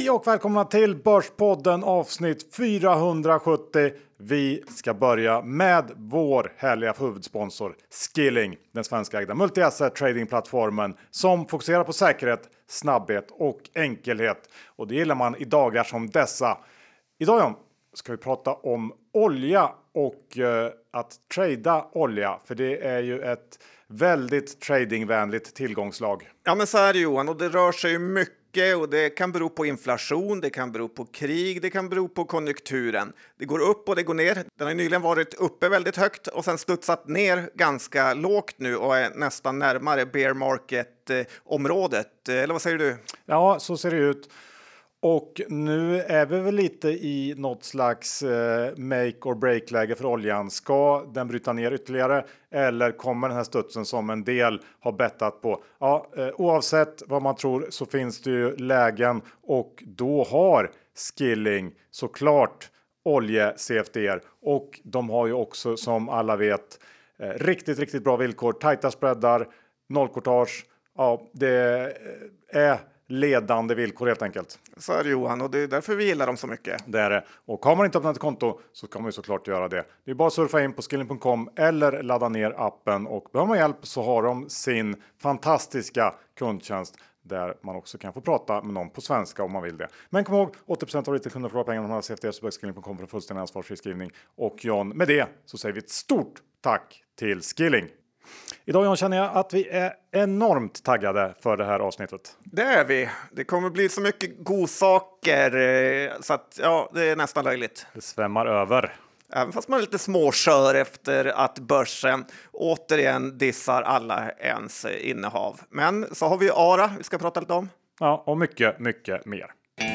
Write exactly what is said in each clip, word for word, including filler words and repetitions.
Hej och välkomna till Börspodden avsnitt fyrahundrasjuttio. Vi ska börja med vår härliga huvudsponsor Skilling, den svenska ägda multi-asset tradingplattformen som fokuserar på säkerhet, snabbhet och enkelhet. Och det gillar man i dagar som dessa. Idag John, ska vi prata om olja och eh, att trada olja, för det är ju ett väldigt tradingvänligt tillgångslag. Ja, men så är det Johan, och det rör sig ju mycket och det kan bero på inflation, det kan bero på krig, det kan bero på konjunkturen. Det går upp och det går ner. Den har nyligen varit uppe väldigt högt och sen studsat ner ganska lågt nu och är nästan närmare bear market-området. Eller vad säger du? Ja, så ser det ut. Och nu är vi väl lite i något slags eh, make or break läge för oljan. Ska den bryta ner ytterligare eller kommer den här studsen som en del har bettat på? Ja, eh, oavsett vad man tror så finns det ju lägen och då har Skilling såklart olje-C F D R och de har ju också som alla vet eh, riktigt, riktigt bra villkor. Tajta spreadar, nollkortage. Ja, det är ledande villkor helt enkelt. Så är det Johan, och det är därför vi gillar dem så mycket. Det är det. Och har man inte öppnat ett konto så kan man ju såklart göra det. Det är bara att surfa in på skilling punkt com eller ladda ner appen, och behöver man hjälp så har de sin fantastiska kundtjänst där man också kan få prata med någon på svenska om man vill det. Men kom ihåg, åttio procent av retailkunder får pengarna från C F D R, så skilling punkt com för fullständig ansvarsfri skrivning. Och John, med det så säger vi ett stort tack till Skilling. Idag John, känner jag att vi är enormt taggade för det här avsnittet. Det är vi. Det kommer bli så mycket godsaker så att ja, det är nästan löjligt. Det svämmar över. Även fast man är lite småkör efter att börsen återigen dissar alla ens innehav. Men så har vi Ara vi ska prata lite om. Ja, och mycket, mycket mer.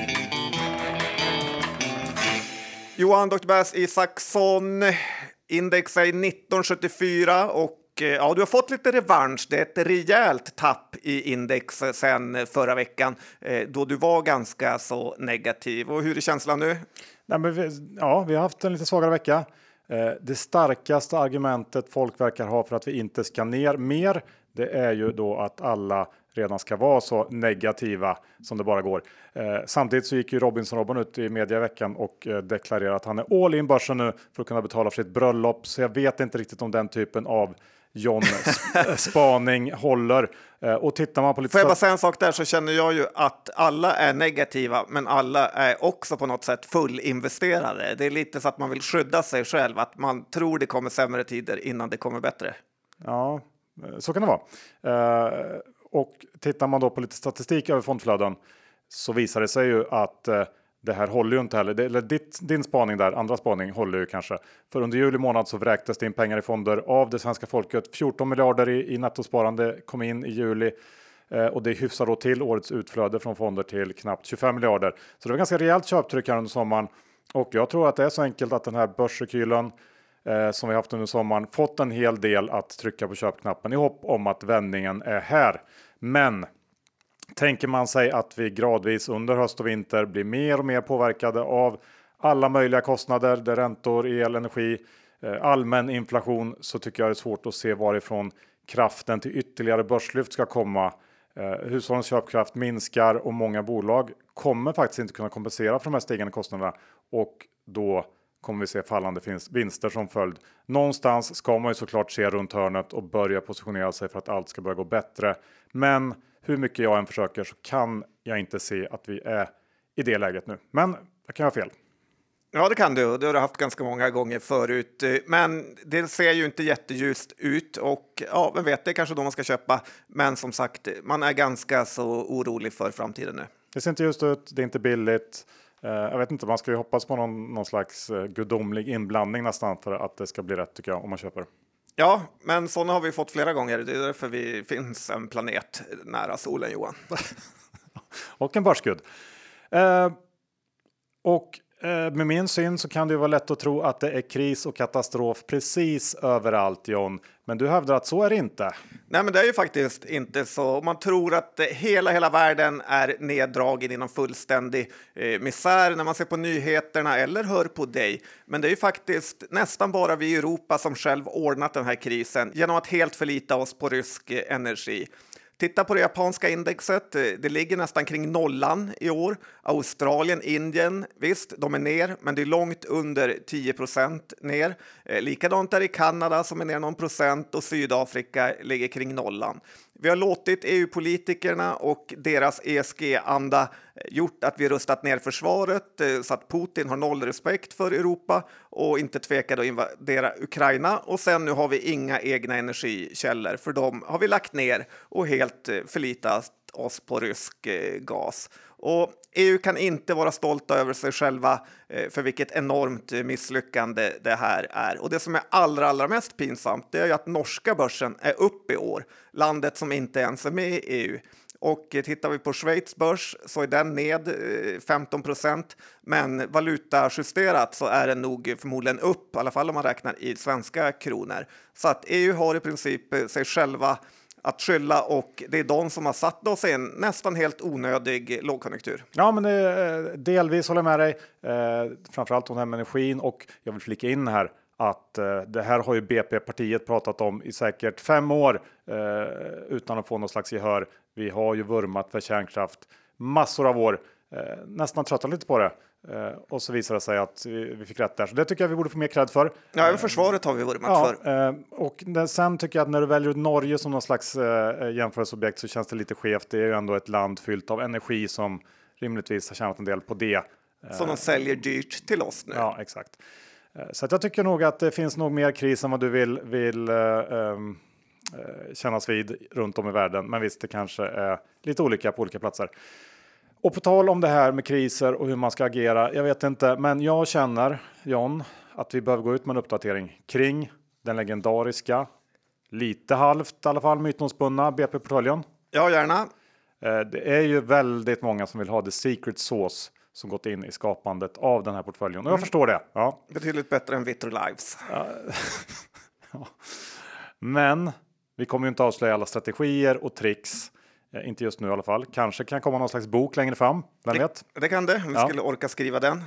Johan doktor Bass Isaksson, index är nitton sjuttiofyra och ja, du har fått lite revansch. Det är ett rejält tapp i index sen förra veckan då du var ganska så negativ. Och hur är känslan nu? Nej, men vi, ja, vi har haft en lite svagare vecka. Det starkaste argumentet folk verkar ha för att vi inte ska ner mer, det är ju då att alla redan ska vara så negativa som det bara går. Eh, samtidigt så gick ju Robinson Robban ut i media i veckan och eh, deklarerade att han är all in börsen nu för att kunna betala för sitt bröllop. Så jag vet inte riktigt om den typen av John sp- spaning håller. Eh, och tittar man på lite... Får jag bara säga en sak där, så känner jag ju att alla är negativa men alla är också på något sätt fullinvesterade. Det är lite så att man vill skydda sig själv, att man tror det kommer sämre tider innan det kommer bättre. Ja, så kan det vara. Eh, och tittar man då på lite statistik över fondflöden så visar det sig ju att eh, det här håller ju inte heller. Det, eller ditt, din spaning där, andra spaning håller ju kanske. För under juli månad så vräktes det in pengar i fonder av det svenska folket. fjorton miljarder i, i nettosparande kom in i juli. Eh, och det hyfsar då till årets utflöde från fonder till knappt tjugofem miljarder. Så det var ganska rejält köptryck här under sommaren. Och jag tror att det är så enkelt att den här börsrekylen Eh, som vi haft under sommaren fått en hel del att trycka på köpknappen i hopp om att vändningen är här. Men tänker man sig att vi gradvis under höst och vinter blir mer och mer påverkade av alla möjliga kostnader, där räntor, el, energi, eh, allmän inflation, så tycker jag det är svårt att se varifrån kraften till ytterligare börslyft ska komma. Eh, hushållens köpkraft minskar och många bolag kommer faktiskt inte kunna kompensera för de här stigande kostnaderna, och då kommer vi se fallande vinster som följd. Någonstans ska man ju såklart se runt hörnet och börja positionera sig för att allt ska börja gå bättre. Men hur mycket jag än försöker så kan jag inte se att vi är i det läget nu. Men jag kan ha fel. Ja, det kan du. Det har du haft ganska många gånger förut. Men det ser ju inte jätteljust ut och ja, vem vet, det är kanske då man ska köpa. Men som sagt, man är ganska så orolig för framtiden nu. Det ser inte just ut, det är inte billigt. Jag vet inte, man ska ju hoppas på någon, någon slags gudomlig inblandning nästan för att det ska bli rätt, tycker jag, om man köper. Ja, men sådana har vi fått flera gånger. Det är därför vi finns en planet nära solen, Johan. Och en börsgud. Eh, och med min syn så kan det ju vara lätt att tro att det är kris och katastrof precis överallt, John. Men du hävdar att så är det inte. Nej, men det är ju faktiskt inte så. Man tror att hela, hela världen är neddragen inom fullständig eh, misär när man ser på nyheterna eller hör på dig. Men det är ju faktiskt nästan bara vi i Europa som själv ordnat den här krisen genom att helt förlita oss på rysk energi. Titta på det japanska indexet, det ligger nästan kring nollan i år. Australien, Indien, visst, de är ner, men det är långt under tio procent ner. Eh, likadant är i Kanada som är ner någon procent och Sydafrika ligger kring nollan. Vi har låtit E U-politikerna och deras E S G-anda gjort att vi rustat ner försvaret så att Putin har noll respekt för Europa och inte tvekar att invadera Ukraina. Och sen nu har vi inga egna energikällor, för dem har vi lagt ner och helt förlitat oss på rysk gas. Och E U kan inte vara stolta över sig själva för vilket enormt misslyckande det här är. Och det som är allra, allra mest pinsamt, det är ju att norska börsen är upp i år. Landet som inte ens är med i E U. Och tittar vi på Schweiz börs så är den ned femton procent. Men valutajusterat så är den nog förmodligen upp, i alla fall om man räknar i svenska kronor. Så att E U har i princip sig själva att skylla, och det är de som har satt oss i en nästan helt onödig lågkonjunktur. Ja, men det, delvis håller jag med dig. Eh, framförallt om det här med energin, och jag vill flika in här att eh, det här har ju B P-partiet pratat om i säkert fem år eh, utan att få någon slags gehör. Vi har ju vurmat för kärnkraft massor av år, eh, nästan tröttat lite på det. Uh, och så visar det sig att vi, vi fick rätt där. Så det tycker jag vi borde få mer cred för. Ja, även försvaret har vi vurmat ja, för. Uh, och det, sen tycker jag att när du väljer ut Norge som någon slags uh, jämförelseobjekt så känns det lite skevt. Det är ju ändå ett land fyllt av energi som rimligtvis har tjänat en del på det. Uh, som de säljer dyrt till oss nu. Ja, exakt. Uh, så att jag tycker nog att det finns nog mer kris än vad du vill, vill uh, um, uh, kännas vid runt om i världen. Men visst, det kanske är lite olika på olika platser. Och på tal om det här med kriser och hur man ska agera, jag vet inte, men jag känner, John, att vi behöver gå ut med en uppdatering kring den legendariska, lite halvt i alla fall, mytomspunna B P-portföljen. Ja, gärna. Det är ju väldigt många som vill ha the secret sauce som gått in i skapandet av den här portföljen. Och jag mm. förstår det. Ja. Betydligt bättre än Vitrolives. Ja. Ja. Men vi kommer ju inte avslöja alla strategier och tricks. Eh, inte just nu i alla fall. Kanske kan komma någon slags bok längre fram. Vem det, vet? Det kan det. Vi ja. skulle orka skriva den.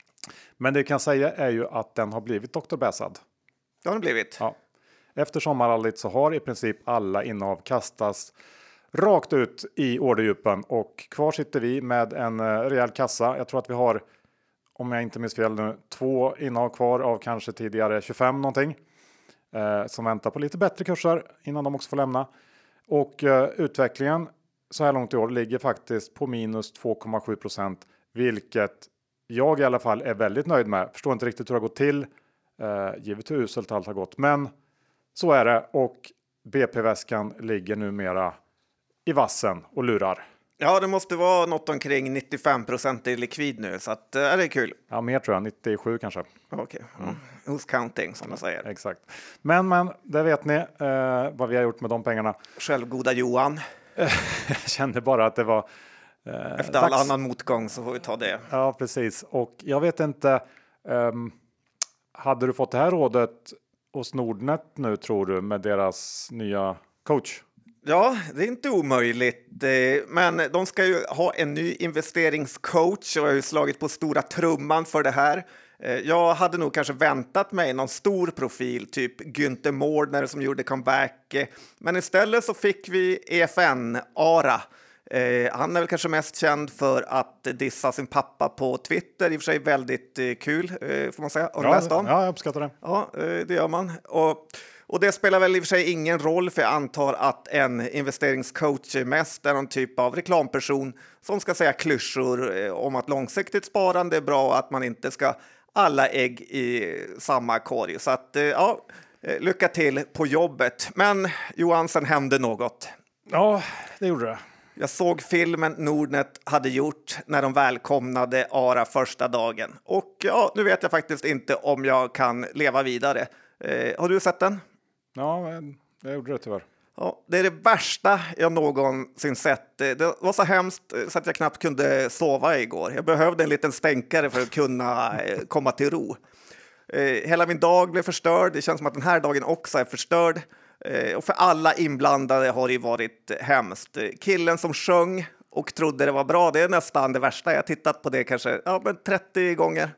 Men det vi kan säga är ju att den har blivit doktor Bäsad. Det har den blivit. Ja. Efter sommarrallyt så har i princip alla innehav kastats rakt ut i orderdjupen. Och kvar sitter vi med en uh, rejäl kassa. Jag tror att vi har, om jag inte minns fel nu, två innehav kvar av kanske tidigare tjugofem någonting. Uh, som väntar på lite bättre kurser innan de också får lämna. Och uh, utvecklingen så här långt i år ligger faktiskt på minus två komma sju procent. Vilket jag i alla fall är väldigt nöjd med. Förstår inte riktigt hur det har gått till. Uh, givet hur uselt allt har gått. Men så är det. Och B P-väskan ligger numera i vassen och lurar. Ja, det måste vara något omkring nittiofem procent i likvid nu. Så att, är det kul. Ja, mer tror jag. nittiosju kanske. Okej. Okay. Mm. Who's counting, som man säger. Exakt. Men, men, det vet ni eh, vad vi har gjort med de pengarna. Självgoda Johan. Jag kände bara att det var... Eh, Efter all annan motgång så får vi ta det. Ja, precis. Och jag vet inte... Um, hade du fått det här rådet hos Nordnet nu, tror du, med deras nya coach? Ja, det är inte omöjligt. Men de ska ju ha en ny investeringscoach och jag har ju slagit på stora trumman för det här. Jag hade nog kanske väntat mig någon stor profil, typ Günther Mårdner som gjorde comeback. Men istället så fick vi E F N-Ara. Han är väl kanske mest känd för att dissa sin pappa på Twitter. I och för sig väldigt kul, får man säga. Har du läst om? Ja, jag uppskattar det. Ja, det gör man. Och... Och det spelar väl i och för sig ingen roll, för jag antar att en investeringscoach mest är någon typ av reklamperson som ska säga klyschor om att långsiktigt sparande är bra och att man inte ska alla ägg i samma korg. Så att, ja, lycka till på jobbet. Men Johan, sen hände något. Ja, det gjorde det. Jag såg filmen Nordnet hade gjort när de välkomnade Ara första dagen. Och ja, nu vet jag faktiskt inte om jag kan leva vidare. Eh, har du sett den? Ja, jag gjorde det tyvärr. Ja, det är det värsta jag någonsin sett. Det var så hemskt så att jag knappt kunde sova igår. Jag behövde en liten stänkare för att kunna komma till ro. Hela min dag blev förstörd. Det känns som att den här dagen också är förstörd. Och för alla inblandade har det varit hemskt. Killen som sjöng och trodde det var bra, det är nästan det värsta. Jag har tittat på det kanske ja, men trettio gånger.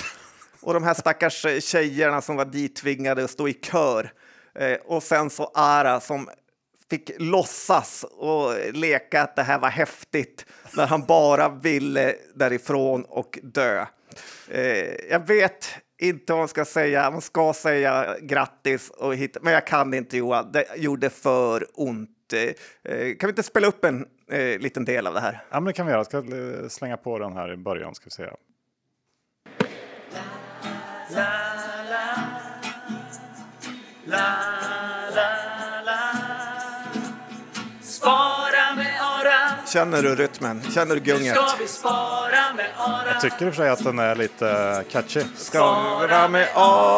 Och de här stackars tjejerna som var dittvingade att stå i kör. Eh, och sen så Ara som fick låtsas och leka att det här var häftigt när han bara ville därifrån och dö. Eh, jag vet inte vad man ska säga. Man ska säga grattis och hit, men jag kan inte, Johan. Det gjorde för ont. Eh, kan vi inte spela upp en eh, liten del av det här? Ja, men det kan vi göra. Jag ska slänga på den här i början, ska vi se. La, la, la, la, la. Spara med Ara. Känner du rytmen? Känner du gunget? Ska vi spara med Ara? Jag tycker i och för sig att den är lite catchy. Spara med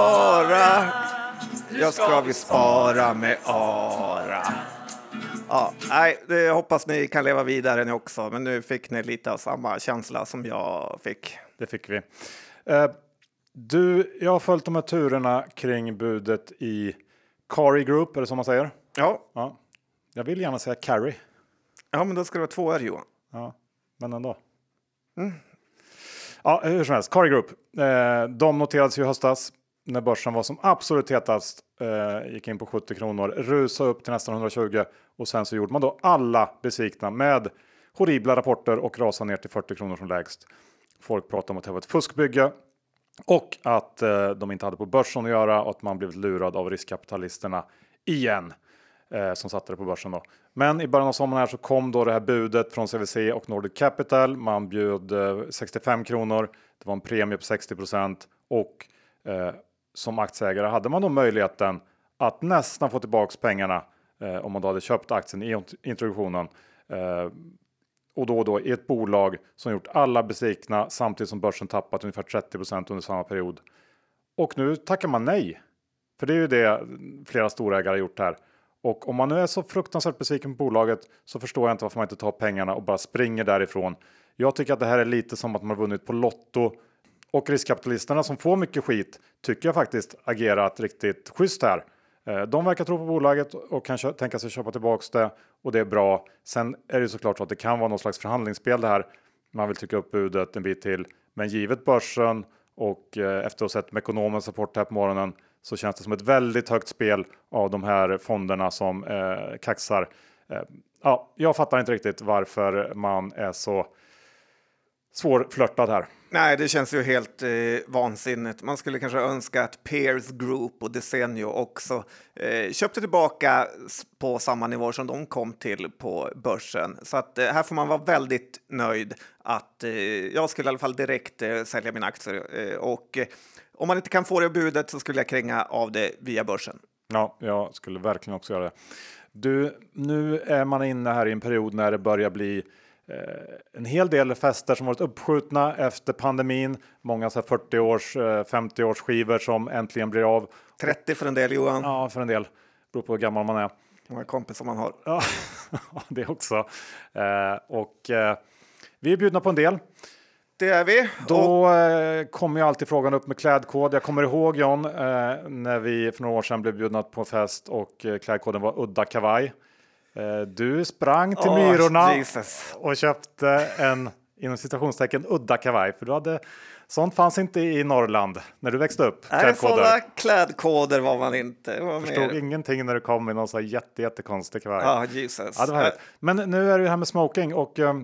Ara. Jag ska vi spara med Ara. Ja, nej, det hoppas ni kan leva vidare ni också. Men nu fick ni lite av samma känsla som jag fick. Det fick vi. Uh, du, jag har följt de här turerna kring budet i Carry Group, är det som man säger? Ja. ja. Jag vill gärna säga Carry. Ja, men då ska det vara två R, Johan. Ja, men ändå. Mm. Ja, hur som helst. Carry Group. Uh, de noterades ju i höstas när börsen var som absolut hetast. Uh, gick in på sjuttio kronor. Rusade upp till nästan hundratjugo. Och sen så gjorde man då alla besvikna med horribla rapporter och rasade ner till fyrtio kronor som lägst. Folk pratar om att det var ett fuskbygge och att eh, de inte hade på börsen att göra och att man blivit lurad av riskkapitalisterna igen eh, som satte det på börsen då. Men i början av sommaren här så kom då det här budet från C V C och Nordic Capital. Man bjöd eh, sextiofem kronor. Det var en premie på sextio procent och eh, som aktieägare hade man då möjligheten att nästan få tillbaka pengarna eh, om man då hade köpt aktien i introduktionen. Eh, Och då och då i ett bolag som gjort alla besvikna samtidigt som börsen tappat ungefär trettio procent under samma period. Och nu tackar man nej. För det är ju det flera storägare har gjort här. Och om man nu är så fruktansvärt besviken på bolaget så förstår jag inte varför man inte tar pengarna och bara springer därifrån. Jag tycker att det här är lite som att man har vunnit på Lotto. Och riskkapitalisterna som får mycket skit tycker jag faktiskt agerat riktigt schysst här. De verkar tro på bolaget och kan kö- tänka sig köpa tillbaka det och det är bra. Sen är det såklart så att det kan vara någon slags förhandlingsspel det här. Man vill trycka upp budet en bit till. Men givet börsen och eh, efter att ha sett med ekonomens rapport här på morgonen så känns det som ett väldigt högt spel av de här fonderna som eh, kaxar. Eh, ja, jag fattar inte riktigt varför man är så svårflörtad här. Nej, det känns ju helt eh, vansinnigt. Man skulle kanske önska att Peers Group och Desenio också eh, köpte tillbaka på samma nivå som de kom till på börsen. Så att eh, här får man vara väldigt nöjd att eh, jag skulle i alla fall direkt eh, sälja mina aktier. Eh, och eh, om man inte kan få det budet så skulle jag kränga av det via börsen. Ja, jag skulle verkligen också göra det. Du, nu är man inne här i en period när det börjar bli en hel del fester som varit uppskjutna efter pandemin. Många så här fyrtio års, femtio års skivor som äntligen blir av. trettio för en del, Johan. Ja, för en del. Beror på hur gammal man är. Hur många kompisar man har. Ja, det också. Eh, och eh, vi är bjudna på en del. Det är vi. Då och... kommer ju alltid frågan upp med klädkod. Jag kommer ihåg, John, eh, när vi för några år sedan blev bjudna på en fest och eh, klädkoden var udda kavaj. Du sprang till oh, Myrorna Jesus. och köpte en inom citationstecken udda kavaj. För du hade, sånt fanns inte i Norrland när du växte upp. Nej, sådana klädkoder var man inte. Jag förstod mer. ingenting när du kom med någon så här jätte, jättekonstig kavaj. Ja, oh, Jesus. Ja, det var Men nu är det här med smoking och eh,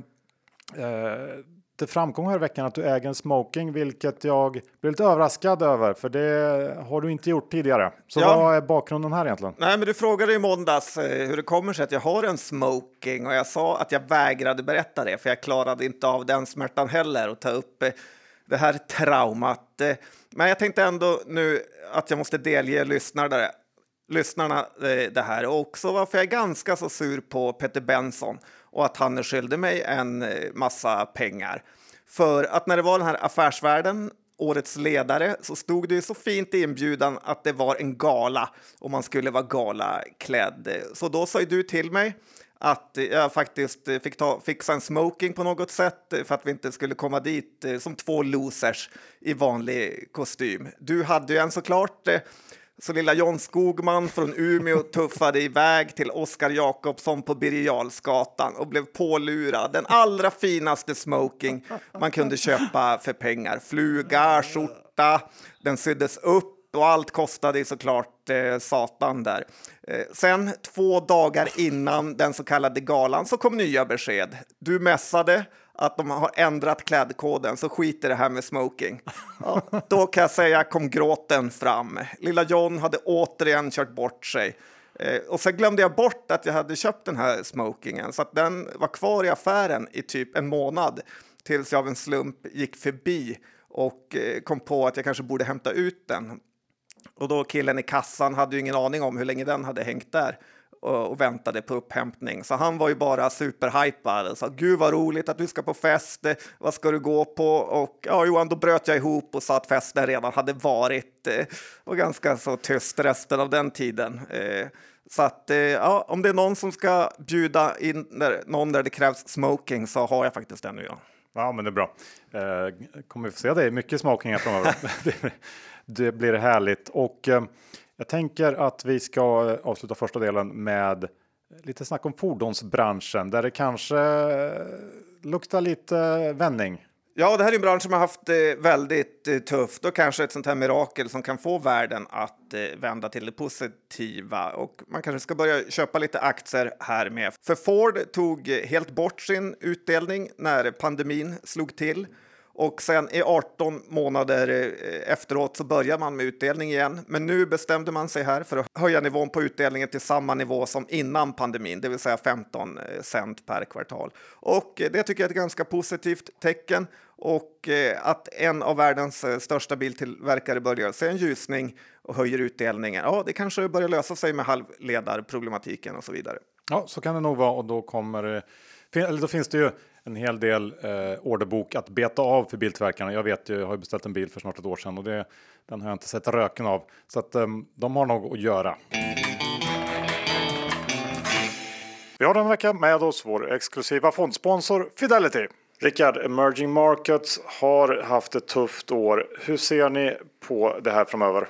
det framkom här i veckan att du äger en smoking, vilket jag blev lite överraskad över, för det har du inte gjort tidigare. Så ja. Vad är bakgrunden här egentligen? Nej, men du frågade i måndags eh, hur det kommer sig att jag har en smoking och jag sa att jag vägrade berätta det, för jag klarade inte av den smärtan heller och ta upp eh, det här traumat. Eh, men jag tänkte ändå nu att jag måste delge lyssnare, lyssnarna eh, det här och också varför jag är ganska så sur på Peter Benson och att han skyllde mig en massa pengar. För att när det var den här Affärsvärlden, årets ledare, så stod det ju så fint i inbjudan att det var en gala och man skulle vara galaklädd. Så då sa ju du till mig att jag faktiskt fick ta, fixa en smoking på något sätt för att vi inte skulle komma dit som två losers i vanlig kostym. Du hade ju en såklart... Så lilla John Skogman från Umeå tuffade iväg till Oskar Jakobsson på Birger Jarlsgatan och blev pålurad. Den allra finaste smoking man kunde köpa för pengar. Fluga, skjorta, den syddes upp och allt kostade såklart eh, satan där. Eh, sen två dagar innan den så kallade galan så kom nya besked. Du mässade att de har ändrat klädkoden, så skiter det här med smoking. Ja, då kan jag säga kom gråten fram. Lilla John hade återigen kört bort sig. Eh, och så glömde jag bort att jag hade köpt den här smokingen, så att den var kvar i affären i typ en månad tills jag av en slump gick förbi och eh, kom på att jag kanske borde hämta ut den. Och då killen i kassan hade ju ingen aning om hur länge den hade hängt där och, och väntade på upphämtning. Så han var ju bara superhypad och sa gud vad roligt att du ska på fest, vad ska du gå på? Och ja Johan, då bröt jag ihop och sa att festen redan hade varit eh, och ganska så tyst resten av den tiden. Eh, så att eh, ja, om det är någon som ska bjuda in där, någon där det krävs smoking, så har jag faktiskt den nu. Ja. Ja, men det är bra. Eh, kommer vi få se det. Mycket smoking här framöver. det, det blir härligt. Och eh, jag tänker att vi ska avsluta första delen med lite snack om fordonsbranschen. Där det kanske eh, luktar lite vändning. Ja, det här är en bransch som har haft det väldigt eh, tufft och kanske ett sånt här mirakel som kan få världen att eh, vända till det positiva. Och man kanske ska börja köpa lite aktier här med. För Ford tog helt bort sin utdelning när pandemin slog till. Och sen i arton månader efteråt så börjar man med utdelning igen. Men nu bestämde man sig här för att höja nivån på utdelningen till samma nivå som innan pandemin, det vill säga femton cent per kvartal. Och det tycker jag är ett ganska positivt tecken. Och att en av världens största biltillverkare börjar se en ljusning och höjer utdelningen. Ja, det kanske börjar lösa sig med halvledarproblematiken och så vidare. Ja, så kan det nog vara, och då kommer eller då finns det ju en hel del eh, orderbok att beta av för biltillverkarna. Jag vet ju, jag har ju beställt en bil för snart ett år sedan och det, den har jag inte sett röken av. Så att eh, de har något att göra. Vi har den vecka med oss vår exklusiva fondsponsor Fidelity. Rickard, Emerging Markets har haft ett tufft år. Hur ser ni på det här framöver?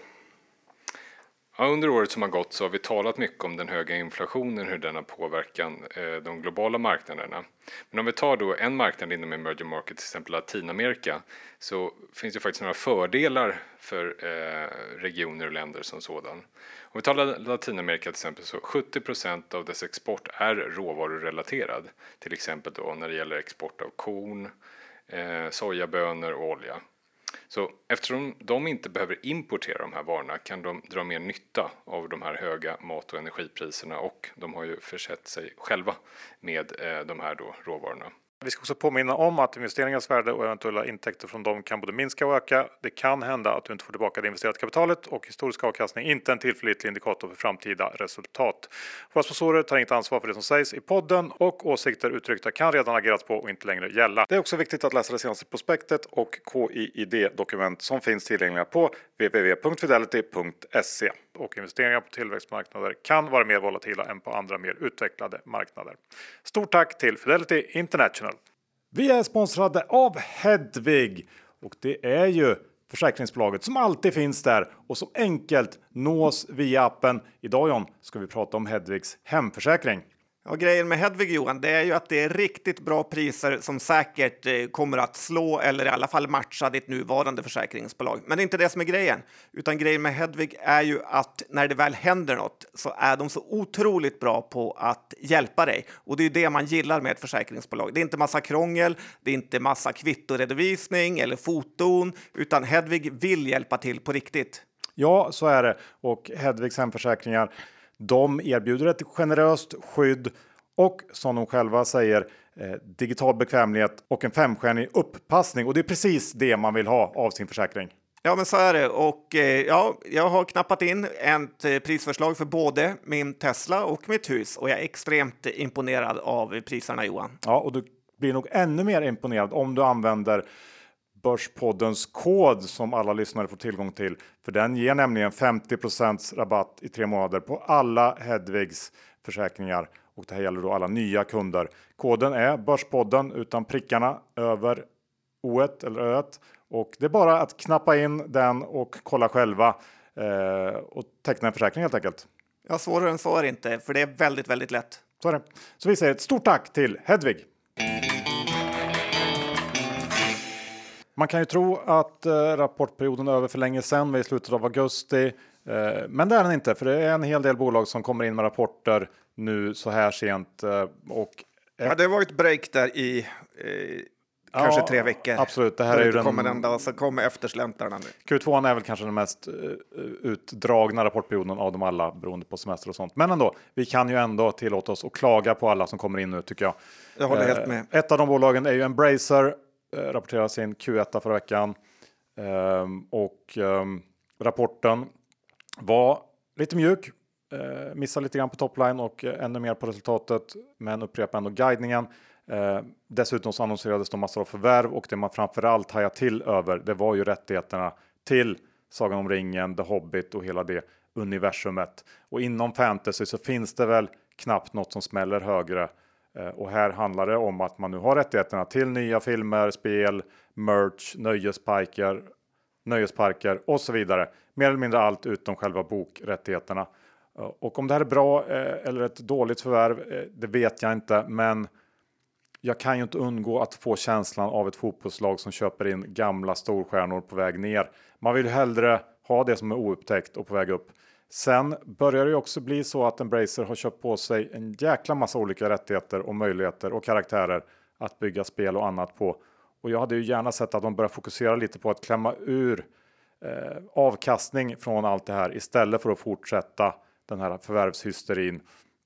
Ja, under året som har gått så har vi talat mycket om den höga inflationen, hur den har påverkat eh, de globala marknaderna. Men om vi tar då en marknad inom emerging market, till exempel Latinamerika, så finns det faktiskt några fördelar för eh, regioner och länder som sådan. Om vi tar Latinamerika till exempel, så sjuttio procent av dess export är råvarurelaterad. Till exempel då när det gäller export av korn, eh, sojabönor och olja. Så eftersom de inte behöver importera de här varorna kan de dra mer nytta av de här höga mat- och energipriserna, och de har ju försett sig själva med eh, de här då råvarorna. Vi ska också påminna om att investeringens värde och eventuella intäkter från dem kan både minska och öka. Det kan hända att du inte får tillbaka det investerat kapitalet, och historisk avkastning är inte en tillförlitlig indikator för framtida resultat. Våra sponsorer tar inget ansvar för det som sägs i podden, och åsikter uttryckta kan redan agerats på och inte längre gälla. Det är också viktigt att läsa det senaste prospektet och K I I D-dokument som finns tillgängliga på w w w punkt fidelity punkt se. Och investeringar på tillväxtmarknader kan vara mer volatila än på andra mer utvecklade marknader. Stort tack till Fidelity International. Vi är sponsrade av Hedvig, och det är ju försäkringsbolaget som alltid finns där och som enkelt nås via appen. Idag, John, ska vi prata om Hedvigs hemförsäkring. Ja, grejen med Hedvig, Johan, det är ju att det är riktigt bra priser som säkert eh, kommer att slå eller i alla fall matcha ditt nuvarande försäkringsbolag. Men det är inte det som är grejen, utan grejen med Hedvig är ju att när det väl händer något så är de så otroligt bra på att hjälpa dig. Och det är ju det man gillar med ett försäkringsbolag. Det är inte massa krångel, det är inte massa kvittoredovisning eller foton, utan Hedvig vill hjälpa till på riktigt. Ja, så är det. Och Hedvigs hemförsäkringar, de erbjuder ett generöst skydd och, som de själva säger, eh, digital bekvämlighet och en femstjärnig upppassning. Och det är precis det man vill ha av sin försäkring. Ja, men så är det. Och eh, ja, jag har knappat in ett eh, prisförslag för både min Tesla och mitt hus. Och jag är extremt imponerad av priserna, Johan. Ja, och du blir nog ännu mer imponerad om du använder Börspoddens kod som alla lyssnare får tillgång till. För den ger nämligen femtio procent rabatt i tre månader på alla Hedvigs försäkringar. Och det här gäller då alla nya kunder. Koden är Börspodden utan prickarna över O-et eller Ö-et. Och det är bara att knappa in den och kolla själva eh, och teckna en försäkring helt enkelt. Ja, svårare än så är det inte, för det är väldigt, väldigt lätt. Så är det. Så vi säger ett stort tack till Hedvig. Man kan ju tro att eh, rapportperioden är över för länge sedan, vi är i slutet av augusti. Eh, men det är den inte, för det är en hel del bolag som kommer in med rapporter nu så här sent. Eh, och ett... Ja, det var ett break där i eh, kanske ja, tre veckor. Absolut, det här är ju den... kommer den dag, så kommer eftersläntarna nu. Q två är väl kanske den mest uh, utdragna rapportperioden av dem alla, beroende på semester och sånt. Men ändå, vi kan ju ändå tillåta oss att klaga på alla som kommer in nu, tycker jag. Jag håller uh, helt med. Ett av de bolagen är ju Embracer, uh, rapporterar sin Q ett förra veckan. Um, och um, rapporten var lite mjuk, uh, missade lite grann på topline och uh, ännu mer på resultatet, men upprepar ändå guidningen. Eh, dessutom så annonserades de massor av förvärv och det man framförallt hajade till över, det var ju rättigheterna till Sagan om ringen, The Hobbit och hela det universumet. Och inom fantasy så finns det väl knappt något som smäller högre. Eh, och här handlar det om att man nu har rättigheterna till nya filmer, spel, merch, nöjesparker, nöjesparker och så vidare. Mer eller mindre allt utom själva bokrättigheterna. Eh, och om det här är bra eh, eller ett dåligt förvärv, eh, det vet jag inte, men jag kan ju inte undgå att få känslan av ett fotbollslag som köper in gamla storstjärnor på väg ner. Man vill hellre ha det som är oupptäckt och på väg upp. Sen börjar det ju också bli så att Embracer har köpt på sig en jäkla massa olika rättigheter och möjligheter och karaktärer att bygga spel och annat på. Och jag hade ju gärna sett att de börjar fokusera lite på att klämma ur eh, avkastning från allt det här istället för att fortsätta den här förvärvshysterin.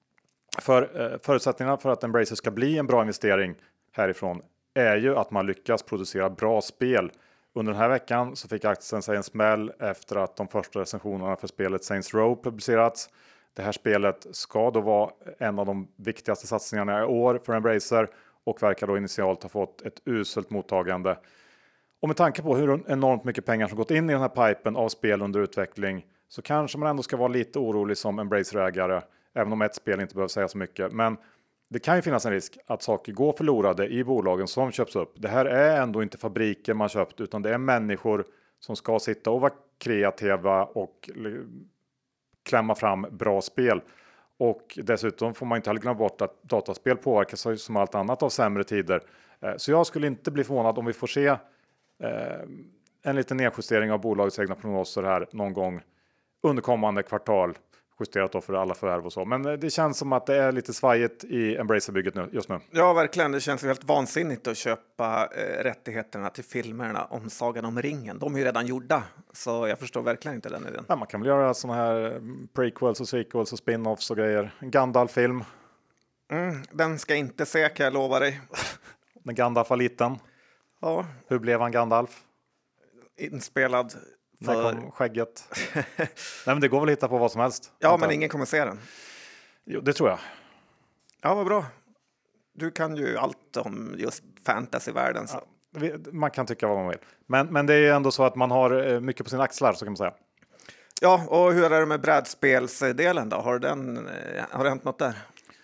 För eh, förutsättningarna för att Embracer ska bli en bra investering härifrån är ju att man lyckas producera bra spel. Under den här veckan så fick aktien sig en smäll efter att de första recensionerna för spelet Saints Row publicerats. Det här spelet ska då vara en av de viktigaste satsningarna i år för Embracer och verkar då initialt ha fått ett uselt mottagande. Och med tanke på hur enormt mycket pengar som gått in i den här pipen av spel under utveckling så kanske man ändå ska vara lite orolig som Embracer-ägare. Även om ett spel inte behöver säga så mycket. Men det kan ju finnas en risk att saker går förlorade i bolagen som köps upp. Det här är ändå inte fabriker man köpt, utan det är människor som ska sitta och vara kreativa och klämma fram bra spel. Och dessutom får man inte heller glömma bort att dataspel påverkas som allt annat av sämre tider. Så jag skulle inte bli förvånad om vi får se en liten nedjustering av bolagets egna prognoser här någon gång under kommande kvartal. Justerat då för alla förvärv och så. Men det känns som att det är lite svajigt i Embracer-bygget nu, just nu. Ja, verkligen. Det känns ju helt vansinnigt att köpa eh, rättigheterna till filmerna om Sagan om ringen. De är ju redan gjorda, så jag förstår verkligen inte den idén. Ja, man kan väl göra sådana här prequels och sequels och spin-offs och grejer. En Gandalf-film. Mm, den ska inte se, kan jag lova dig. När Gandalf var liten. Ja. Hur blev han Gandalf? Inspelad. När för... kom skägget? Nej, men det går väl att hitta på vad som helst. Ja, men ingen kommer se den. Jo, det tror jag. Ja, vad bra. Du kan ju allt om just fantasyvärlden. Så. Ja, man kan tycka vad man vill. Men, men det är ändå så att man har mycket på sina axlar, så kan man säga. Ja, och hur är det med brädspelsdelen då? Har, den, har det hänt något där?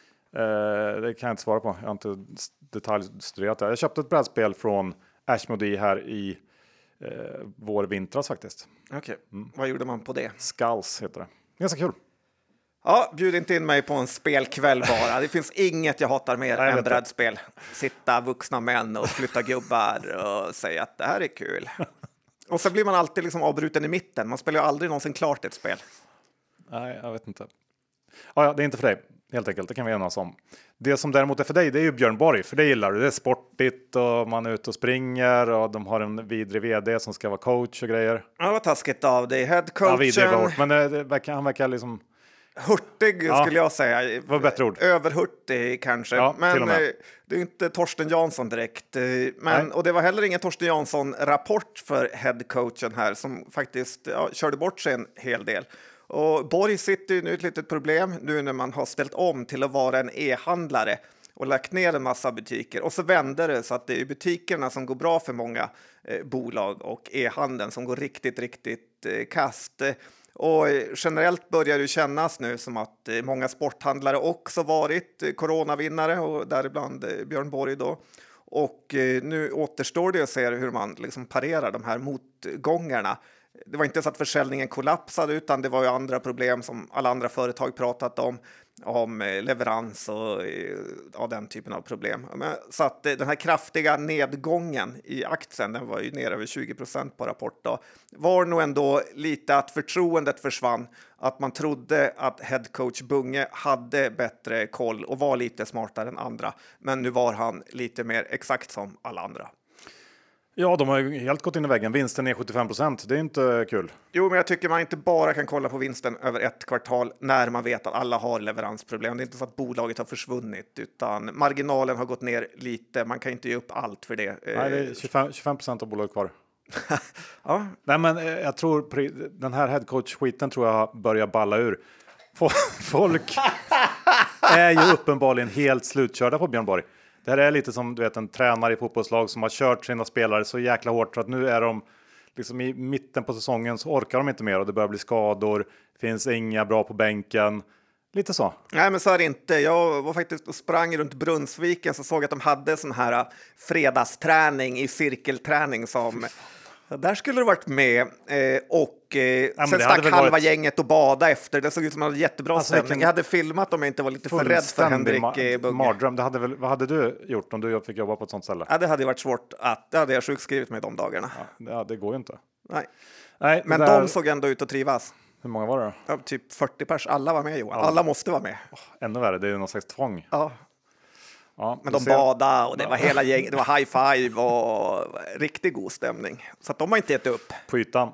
Eh, det kan jag inte svara på. Jag har inte detaljstuderat det. Jag köpte ett brädspel från Ashmodee här i Eh, vår vintras faktiskt. Okej, okay. mm. Vad gjorde man på det? Skulls heter det. Ganska kul. Ja, bjud inte in mig på en spelkväll bara. Det finns inget jag hatar mer Nej, än brädspel. Sitta vuxna män och flytta gubbar och säga att det här är kul. Och så blir man alltid liksom avbruten i mitten. Man spelar ju aldrig någonsin klart ett spel. Nej, jag vet inte. Ja, ja, det är inte för dig. Helt enkelt, det kan vi enas om. Det som däremot är för dig, det är ju Björn Borg. För det gillar du. Det är sportigt och man är ute och springer och de har en vidrig vd som ska vara coach och grejer. Ja, vad taskigt av dig. Headcoachen. Ja, vidrig var men det, det verkar, han verkar liksom... Hurtig ja, skulle jag säga. Vad bättre ord. Överhurtig kanske. Ja, men det är inte Torsten Jansson direkt. Men, och det var heller ingen Torsten Jansson-rapport för headcoachen här som faktiskt ja, körde bort sig en hel del. Och Borg sitter ju nu ett litet problem nu när man har ställt om till att vara en e-handlare och lagt ner en massa butiker. Och så vänder det så att det är butikerna som går bra för många eh, bolag och e-handeln som går riktigt, riktigt eh, kast. Och generellt börjar det kännas nu som att eh, många sporthandlare också varit eh, coronavinnare och däribland eh, Björn Borg då. Och eh, nu återstår det att se hur man liksom parerar de här motgångarna. Det var inte så att försäljningen kollapsade utan det var ju andra problem som alla andra företag pratat om. om leverans och ja, den typen av problem. Så att den här kraftiga nedgången i aktien, den var ju ner över tjugo procent på rapport då, var nog ändå lite att förtroendet försvann, att man trodde att headcoach Bunge hade bättre koll och var lite smartare än andra, men nu var han lite mer exakt som alla andra. Ja, de har ju helt gått in i väggen. Vinsten är sjuttiofem procent. Det är inte kul. Jo, men jag tycker man inte bara kan kolla på vinsten över ett kvartal när man vet att alla har leveransproblem. Det är inte så att bolaget har försvunnit, utan marginalen har gått ner lite. Man kan inte ge upp allt för det. Nej, det är tjugofem procent av bolaget kvar. Ja. Nej, men jag tror den här headcoach-skiten tror jag börjar balla ur. Folk är ju uppenbarligen helt slutkörda på Björn Borg. Det här är lite som du vet en tränare i fotbollslag som har kört sina spelare så jäkla hårt så att nu är de liksom i mitten på säsongen så orkar de inte mer och det börjar bli skador. Finns inga bra på bänken. Lite så. Nej, men så är det inte. Jag var faktiskt och sprang runt Brunnsviken så såg jag att de hade sån här fredagsträning i cirkelträning som där skulle det varit med eh, och eh, ja, sen stack halva varit... gänget och bada efter. Det såg ut som att det var jättebra alltså, stämning. Jag hade filmat om jag inte var lite för rädd för Henrik ma- Bunge. Mardröm. Det hade väl, vad hade du gjort om du fick jobba på ett sånt ställe? Ja, det hade varit svårt att, det hade jag sjukskrivit mig de dagarna. Ja, det, det går ju inte. Nej, Nej men där... de såg ändå ut att trivas. Hur många var det då? Ja, typ fyrtio pers. Alla var med, Johan. Alla, Alla måste vara med. Oh, ännu värre, det är någon slags tvång. Ja. Ja, men de ser... badade och det var hela gäng, det var high five och riktigt god stämning. Så att de har inte gett upp. På ytan.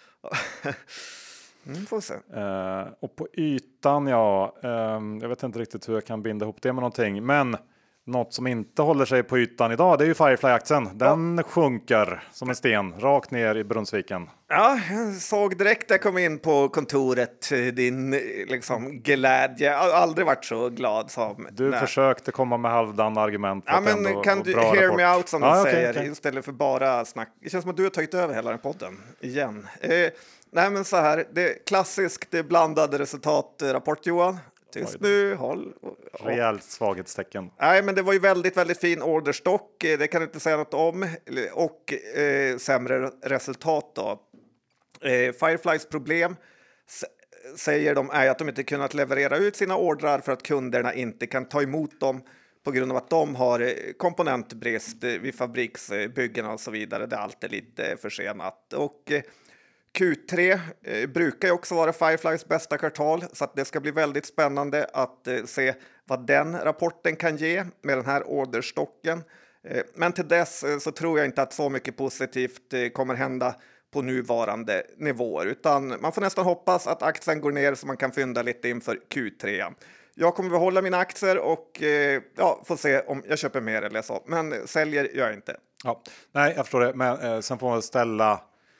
mm, får se. Uh, och på ytan, ja, um, jag vet inte riktigt hur jag kan binda ihop det med någonting. Men något som inte håller sig på ytan idag, det är ju Firefly-aktien. Den ja. sjunker som en sten, rakt ner i Brunnsviken. Ja, jag såg direkt när jag kom in på kontoret din liksom glädje. Jag har aldrig varit så glad som... Du när... försökte komma med halvdana argument. Ja, men ändå, kan du hear rapport. me out som ja, du okay, säger okay. istället för bara snack. Det känns som att du har tagit över hela den podden igen. Eh, nej, men så här, det är klassiskt det blandade resultatrapport, Johan. Tyst nu, håll. Rejält svaghetstecken. Nej, men det var ju väldigt, väldigt fin orderstock. Det kan du inte säga något om. Och eh, sämre resultat då. Eh, Fireflys problem s- säger de är att de inte kunnat leverera ut sina ordrar för att kunderna inte kan ta emot dem på grund av att de har komponentbrist vid fabriksbyggen och så vidare. Det är alltid lite försenat. Och eh, Q tre eh, brukar ju också vara Fireflys bästa kvartal, så att det ska bli väldigt spännande att eh, se vad den rapporten kan ge med den här orderstocken. Eh, men till dess eh, så tror jag inte att så mycket positivt eh, kommer hända på nuvarande nivåer, utan man får nästan hoppas att aktien går ner så man kan fynda lite inför Q tre. Jag kommer behålla mina aktier och eh, ja, får se om jag köper mer eller så, men säljer gör jag inte. Ja, nej, jag förstår det, men eh, sen får man ställa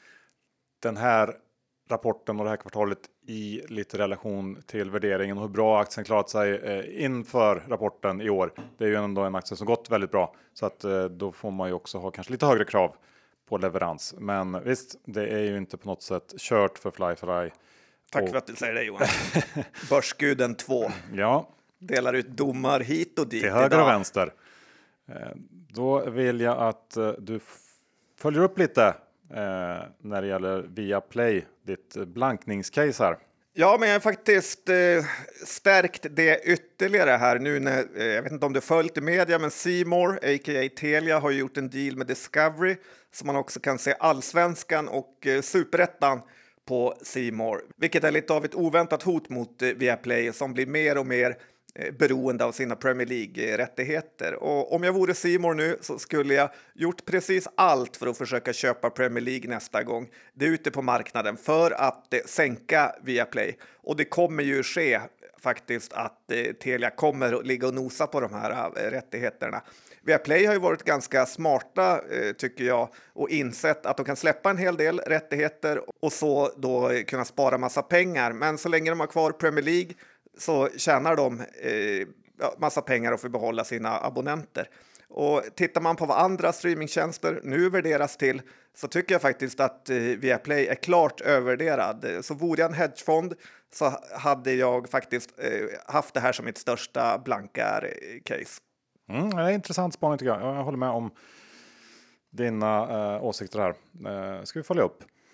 den här rapporten och det här kvartalet i lite relation till värderingen och hur bra aktien klarat sig eh, inför rapporten i år. Det är ju ändå en aktie som gått väldigt bra, så att eh, då får man ju också ha kanske lite högre krav på leverans. Men visst, det är ju inte på något sätt kört för Firefly. Tack och... för att du säger det, Johan. Börsguden två. Ja. Delar ut domar hit och dit. Till höger idag. och vänster. Eh, då vill jag att eh, du f- följer upp lite Eh, när det gäller Viaplay, ditt blankningscase här. Ja, men jag har faktiskt eh, stärkt det ytterligare här nu när, eh, jag vet inte om du följt i media, men C More, a k a. Telia, har gjort en deal med Discovery så man också kan se Allsvenskan och eh, Superettan på C More, vilket är lite av ett oväntat hot mot eh, Viaplay som blir mer och mer beroende av sina Premier League-rättigheter. Och om jag vore C More nu så skulle jag gjort precis allt för att försöka köpa Premier League nästa gång det är ute på marknaden för att eh, sänka Viaplay. Och det kommer ju ske faktiskt att eh, Telia kommer att ligga och nosa på de här eh, rättigheterna. Viaplay har ju varit ganska smarta eh, tycker jag och insett att de kan släppa en hel del rättigheter och så då eh, kunna spara massa pengar. Men så länge de har kvar Premier League så tjänar de eh, massa pengar och får behålla sina abonnenter. Och tittar man på vad andra streamingtjänster nu värderas till så tycker jag faktiskt att eh, Viaplay är klart övervärderad. Så vore jag en hedgefond så hade jag faktiskt eh, haft det här som mitt största blanka case. Mm, det är en intressant spaning tycker jag. Jag håller med om dina eh, åsikter här. Eh, ska vi följa upp.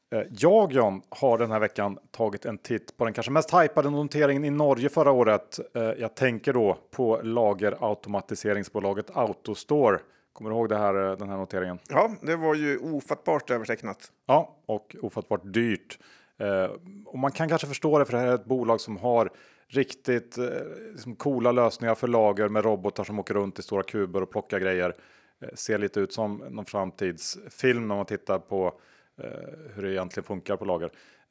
Jag, John, har den här veckan tagit en titt på den kanske mest hypade noteringen i Norge förra året. Jag tänker då på lagerautomatiseringsbolaget AutoStore. Kommer du ihåg det här, den här noteringen? Ja, det var ju ofattbart övertecknat. Ja, och ofattbart dyrt. Och man kan kanske förstå det, för det här är ett bolag som har riktigt liksom coola lösningar för lager med robotar som åker runt i stora kuber och plockar grejer. Ser lite ut som någon framtidsfilm när man tittar på hur det egentligen funkar på lager.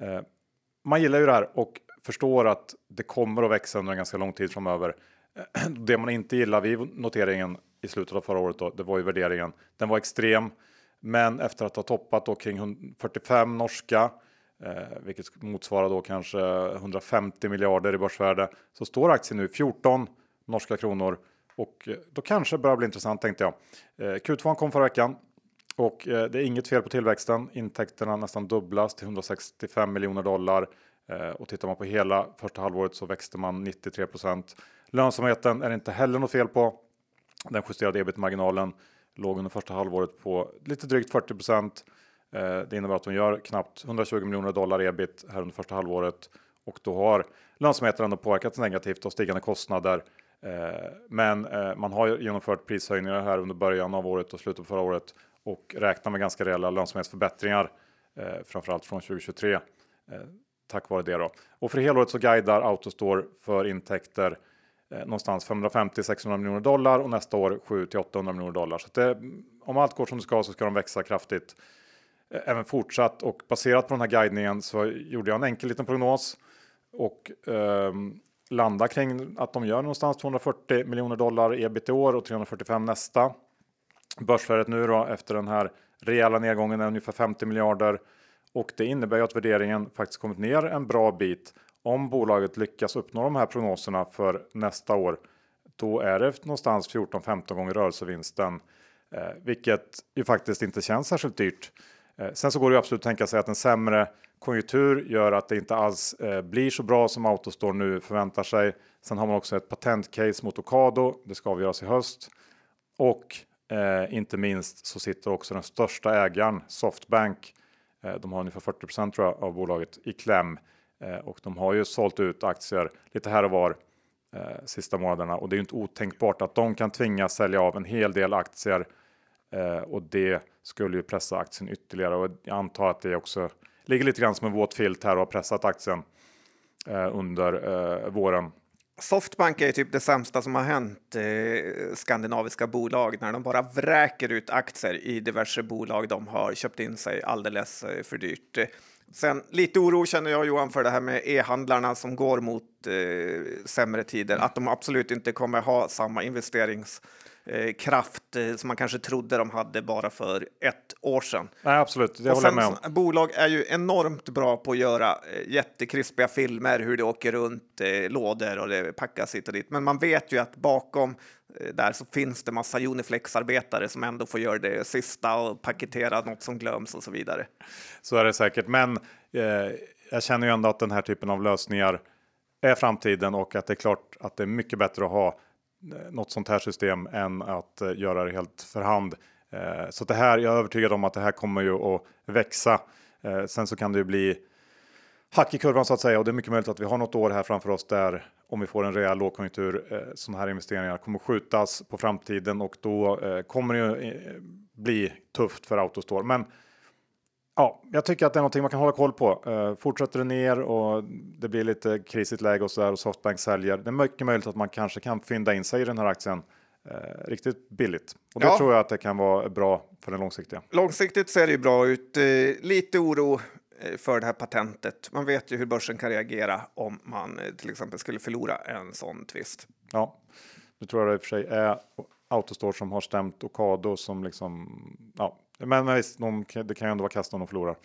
Man gillar ju det här och förstår att det kommer att växa under en ganska lång tid framöver. Det man inte gillar vid noteringen i slutet av förra året då, det var ju värderingen. Den var extrem, men efter att ha toppat då kring fyrtiofem norska, vilket motsvarar då kanske hundrafemtio miljarder i börsvärde, så står aktien nu fjorton norska kronor. Och då kanske det börjar bli intressant, tänkte jag. Q två kom förra veckan. Och det är inget fel på tillväxten. Intäkterna nästan dubblas till hundrasextiofem miljoner dollar. Och tittar man på hela första halvåret så växte man nittiotre procent. Lönsamheten är det inte heller något fel på. Den justerade ebit-marginalen låg under första halvåret på lite drygt fyrtio procent. Det innebär att de gör knappt hundratjugo miljoner dollar ebit här under första halvåret. Och då har lönsamheten ändå påverkats negativt av stigande kostnader. Men man har genomfört prishöjningar här under början av året och slutet på förra året. Och räknar med ganska rejäla lönsamhetsförbättringar. Framförallt från tjugo tjugotre. Tack vare det då. Och för helåret så guidar AutoStore för intäkter någonstans femhundrafemtio till sexhundra miljoner dollar. Och nästa år sju till åttahundra miljoner dollar. Så att det, om allt går som det ska så ska de växa kraftigt. Även fortsatt, och baserat på den här guidningen så gjorde jag en enkel liten prognos och eh, landar kring att de gör någonstans tvåhundrafyrtio miljoner dollar ebit i år och trehundrafyrtiofem nästa. Börsvärdet nu då efter den här rejäla nedgången är ungefär femtio miljarder, och det innebär ju att värderingen faktiskt kommit ner en bra bit. Om bolaget lyckas uppnå de här prognoserna för nästa år, då är det någonstans fjorton femton gånger rörelsevinsten, eh, vilket ju faktiskt inte känns särskilt dyrt. Sen så går det absolut att tänka sig att en sämre konjunktur gör att det inte alls eh, blir så bra som AutoStore nu förväntar sig. Sen har man också ett patentcase mot Ocado. Det ska avgöras i höst. Och eh, inte minst så sitter också den största ägaren, Softbank. Eh, de har ungefär fyrtio procent tror jag, av bolaget i kläm. Eh, och de har ju sålt ut aktier lite här och var eh, sista månaderna. Och det är ju inte otänkbart att de kan tvingas sälja av en hel del aktier. Eh, och det skulle ju pressa aktien ytterligare, och jag antar att det också ligger lite grann som en våt filt här och har pressat aktien eh, under eh, våren. Softbank är typ det sämsta som har hänt eh, skandinaviska bolag, när de bara vräker ut aktier i diverse bolag de har köpt in sig alldeles eh, för dyrt. Sen lite oro känner jag, Johan, för det här med e-handlarna som går mot eh, sämre tider. Att de absolut inte kommer ha samma investerings Eh, kraft eh, som man kanske trodde de hade bara för ett år sedan. Nej, absolut, det och håller sen, jag med om. Bolag är ju enormt bra på att göra eh, jättekrispiga filmer, hur det åker runt eh, lådor och det packas hit och dit. Men man vet ju att bakom eh, där så finns det massa Uniflex-arbetare som ändå får göra det sista och paketera något som glöms och så vidare. Så är det säkert, men eh, jag känner ju ändå att den här typen av lösningar är framtiden, och att det är klart att det är mycket bättre att ha något sånt här system än att uh, göra det helt för hand. Uh, så det här, jag är övertygad om att det här kommer ju att växa. Uh, sen så kan det ju bli hack i kurvan så att säga, och det är mycket möjligt att vi har något år här framför oss där, om vi får en rejäl lågkonjunktur, uh, sådana här investeringar kommer skjutas på framtiden, och då uh, kommer det ju uh, bli tufft för AutoStore. Men ja, jag tycker att det är någonting man kan hålla koll på. Uh, fortsätter det ner och det blir lite krisigt läge och så där, och Softbank säljer, det är mycket möjligt att man kanske kan fynda in sig i den här aktien uh, riktigt billigt. Och det ja. tror jag att det kan vara bra för den långsiktiga. Långsiktigt ser det ju bra ut. Uh, lite oro för det här patentet. Man vet ju hur börsen kan reagera om man uh, till exempel skulle förlora en sån tvist. Ja, det tror jag det i och för sig är AutoStore som har stämt Ocado som liksom, ja. Men, men visst, de, det kan ju ändå vara kast om de förlorar.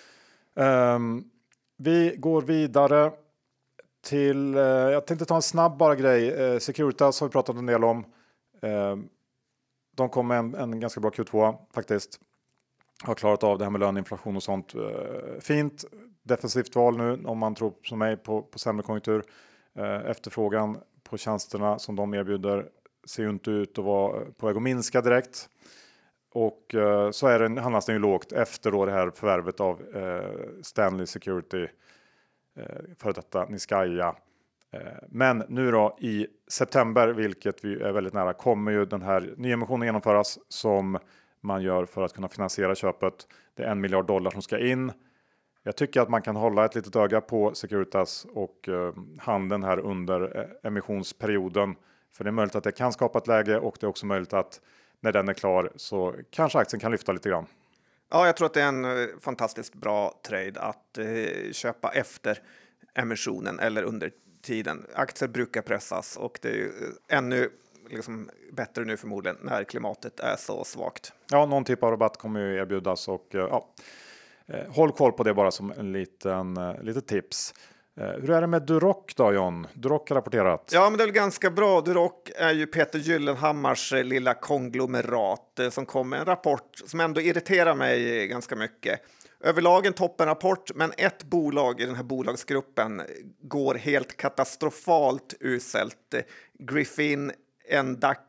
Um, vi går vidare till, uh, jag tänkte ta en snabb bara grej. Uh, Securitas har vi pratat en del om. Uh, de kom med en, en ganska bra Q två faktiskt. Har klarat av det här med löneinflation och sånt. Uh, fint, defensivt val nu om man tror som mig på, på sämre konjunktur. Uh, efterfrågan på tjänsterna som de erbjuder ser ju inte ut att vara på väg att minska direkt. Och eh, så är det, handlas den ju lågt efter då det här förvärvet av eh, Stanley Security, eh, för detta Niscaya. Eh, men nu då i september, vilket vi är väldigt nära, kommer ju den här nyemissionen genomföras som man gör för att kunna finansiera köpet. Det är en miljard dollar som ska in. Jag tycker att man kan hålla ett litet öga på Securitas och eh, handeln här under eh, emissionsperioden. För det är möjligt att det kan skapa ett läge, och det är också möjligt att när den är klar så kanske aktien kan lyfta lite grann. Ja, jag tror att det är en eh, fantastiskt bra trade att eh, köpa efter emissionen eller under tiden. Aktier brukar pressas, och det är ju ännu liksom bättre nu förmodligen när klimatet är så svagt. Ja, någon typ av rabatt kommer ju erbjudas, och eh, ja, eh, håll koll på det bara som en liten eh, litet tips. Eh, hur är det med Duroc då, John? Duroc har rapporterat. Ja, men det är väl ganska bra. Duroc är ju Peter Gyllenhammars eh, lilla konglomerat eh, som kom med en rapport som ändå irriterar mig eh, ganska mycket. Överlag en toppenrapport, men ett bolag i den här bolagsgruppen går helt katastrofalt uselt. Eh, Griffin Endac-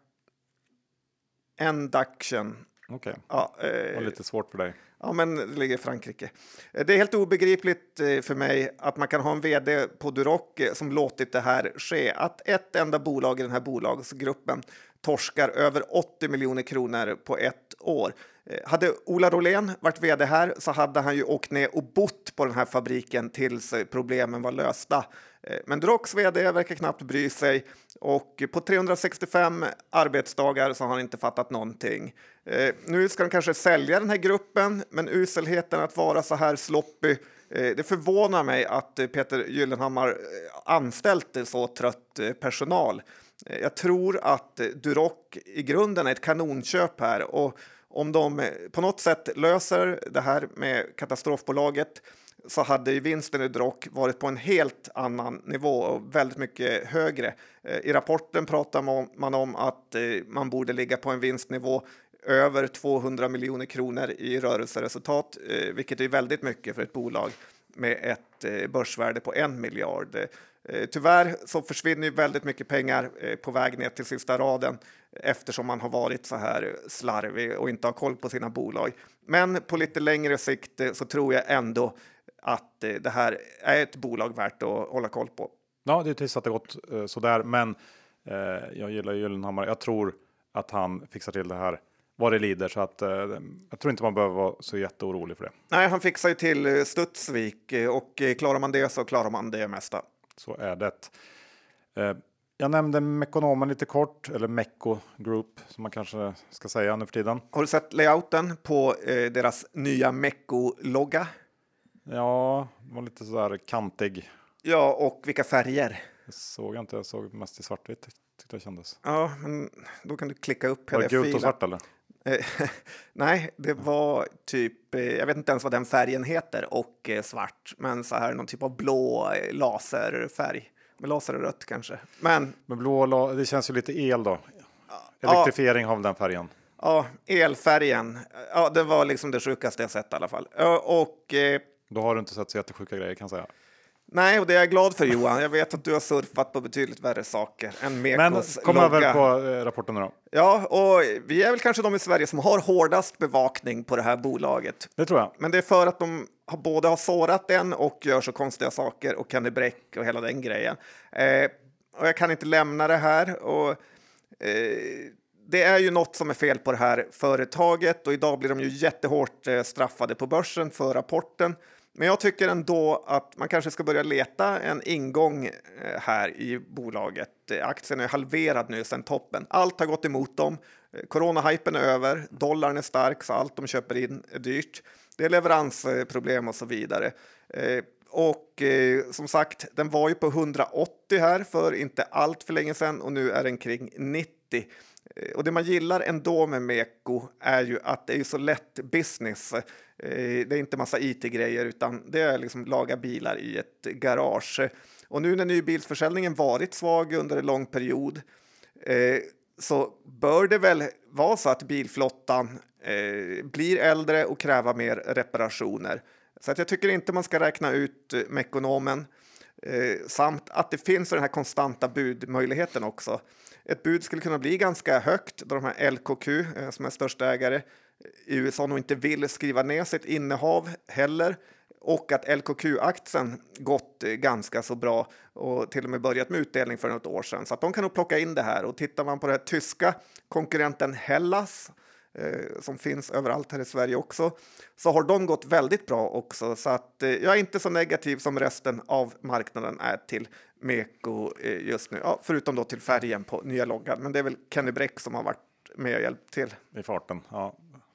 Endaction. Okej, Ja, eh, det var lite svårt för dig. Ja, men det ligger i Frankrike. Det är helt obegripligt för mig att man kan ha en vd på Duroc som låtit det här ske. Att ett enda bolag i den här bolagsgruppen torskar över åttio miljoner kronor på ett år. Hade Ola Rolén varit vd här så hade han ju åkt ner och bott på den här fabriken tills problemen var lösta. Men Durocs vd verkar knappt bry sig, och på trehundrasextiofem arbetsdagar så har han inte fattat någonting. Eh, nu ska de kanske sälja den här gruppen, men uselheten att vara så här sloppy, eh, det förvånar mig att Peter Gyllenhammar anställt så trött personal. Eh, jag tror att Duroc i grunden är ett kanonköp här, och om de på något sätt löser det här med katastrofbolaget så hade ju vinsten i Duroc varit på en helt annan nivå och väldigt mycket högre. I rapporten pratar man om att man borde ligga på en vinstnivå över tvåhundra miljoner kronor i rörelseresultat, vilket är väldigt mycket för ett bolag med ett börsvärde på en miljard. Tyvärr så försvinner ju väldigt mycket pengar på väg ner till sista raden eftersom man har varit så här slarvig och inte har koll på sina bolag. Men på lite längre sikt så tror jag ändå att det här är ett bolag värt att hålla koll på. Ja, det är trist att det gått eh, sådär, men eh, jag gillar Gyllenhammar. Jag tror att han fixar till det här vad det lider, så att eh, jag tror inte man behöver vara så jätteorolig för det. Nej, han fixar ju till Studsvik, och klarar man det så klarar man det mesta. Så är det. Eh, jag nämnde Mekonomen lite kort, eller Mecco Group som man kanske ska säga nu för tiden. Har du sett layouten på eh, deras nya Mecco-logga? Ja, det var lite sådär kantig. Ja, och vilka färger? Det såg jag inte, jag såg mest i svartvitt tyckte jag kändes. Ja, men då kan du klicka upp hela filen. Var det gult och svart eller? Nej, det var typ, jag vet inte ens vad den färgen heter, och svart, men så här någon typ av blå laserfärg. Med laser och rött kanske. Men, men blå, det känns ju lite el då. Elektrifiering ja, har väl den färgen. Ja, elfärgen. Ja, det var liksom det sjukaste jag sett i alla fall. Och eh, då har du inte sett så jättesjuka grejer kan jag säga. Nej, och det är jag glad för Johan. Jag vet att du har surfat på betydligt värre saker än Mekos Men kom logga. över på eh, rapporten nu då. Ja, och vi är väl kanske de i Sverige som har hårdast bevakning på det här bolaget. Det tror jag. Men det är för att de har både har sårat den och gör så konstiga saker och Kenny Bräck och hela den grejen. Eh, och jag kan inte lämna det här. Och, eh, det är ju något som är fel på det här företaget, och idag blir de ju jättehårt eh, straffade på börsen för rapporten. Men jag tycker ändå att man kanske ska börja leta en ingång här i bolaget. Aktien är halverad nu sedan toppen. Allt har gått emot dem. Corona-hypen är över. Dollarn är stark, så allt de köper in är dyrt. Det är leveransproblem och så vidare. Och som sagt, den var ju på hundraåttio här för inte allt för länge sedan, och nu är den kring nittio. Och det man gillar ändå med Meko är ju att det är så lätt business. Det är inte massa I T-grejer, utan det är liksom laga bilar i ett garage. Och nu när nybilsförsäljningen varit svag under en lång period så bör det väl vara så att bilflottan blir äldre och kräva mer reparationer. Så att jag tycker inte man ska räkna ut Mekonomen. Samt att det finns den här konstanta budmöjligheten också. Ett bud skulle kunna bli ganska högt då de här L K Q som är största ägare i U S A nog inte vill skriva ner sitt innehav heller. Och att L K Q-aktien gått ganska så bra och till och med börjat med utdelning för något år sedan. Så att de kan nog plocka in det här. Och tittar man på den här tyska konkurrenten Hellas, eh, som finns överallt här i Sverige också, så har de gått väldigt bra också. Så att eh, jag är inte så negativ som resten av marknaden är till Meko eh, just nu. Ja, förutom då till färgen på nya loggan. Men det är väl Kenny Bräck som har varit med och hjälpt till. I farten, ja.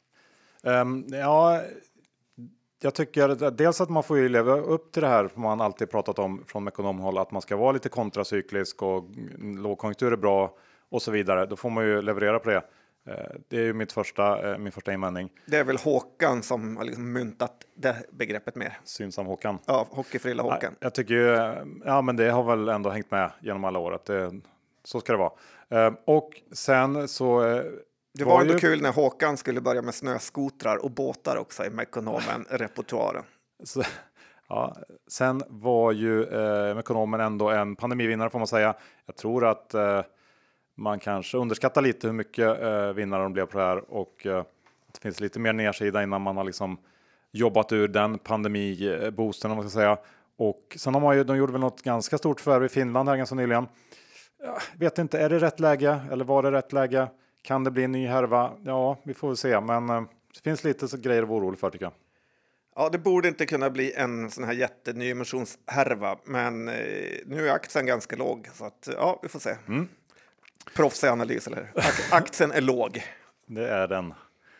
Um, ja... Jag tycker dels att man får ju leva upp till det här som man alltid pratat om från ekonomhåll, att man ska vara lite kontracyklisk och lågkonjunktur är bra och så vidare. Då får man ju leverera på det. Det är ju mitt första, min första invändning. Det är väl Håkan som har liksom myntat det begreppet mer. Synsam Håkan. Ja, hockeyfrilla Håkan. Ja, jag tycker ju, ja men det har väl ändå hängt med genom alla år att det, så ska det vara. Och sen så... Det var, var ändå ju kul när Håkan skulle börja med snöskotrar och båtar också i Mekonomen-repertoaren. Så, ja, sen var ju eh, Mekonomen ändå en pandemivinnare får man säga. Jag tror att eh, man kanske underskattar lite hur mycket eh, vinnare de blev på det här. Och eh, det finns lite mer nedsida innan man har liksom jobbat ur den pandemiboosten om man ska säga. Och sen har man ju, de gjorde väl något ganska stort förvärv i Finland här ganska nyligen. Jag vet inte, är det rätt läge eller var det rätt läge? Kan det bli en ny härva? Ja, vi får väl se. Men eh, det finns lite så grejer att vara orolig för tycker jag. Ja, det borde inte kunna bli en sån här jätteny emissionshärva. Men eh, nu är aktien ganska låg. Så att, ja, vi får se. Mm. Proffsig analys, eller Ak- Aktien är låg. Det är den.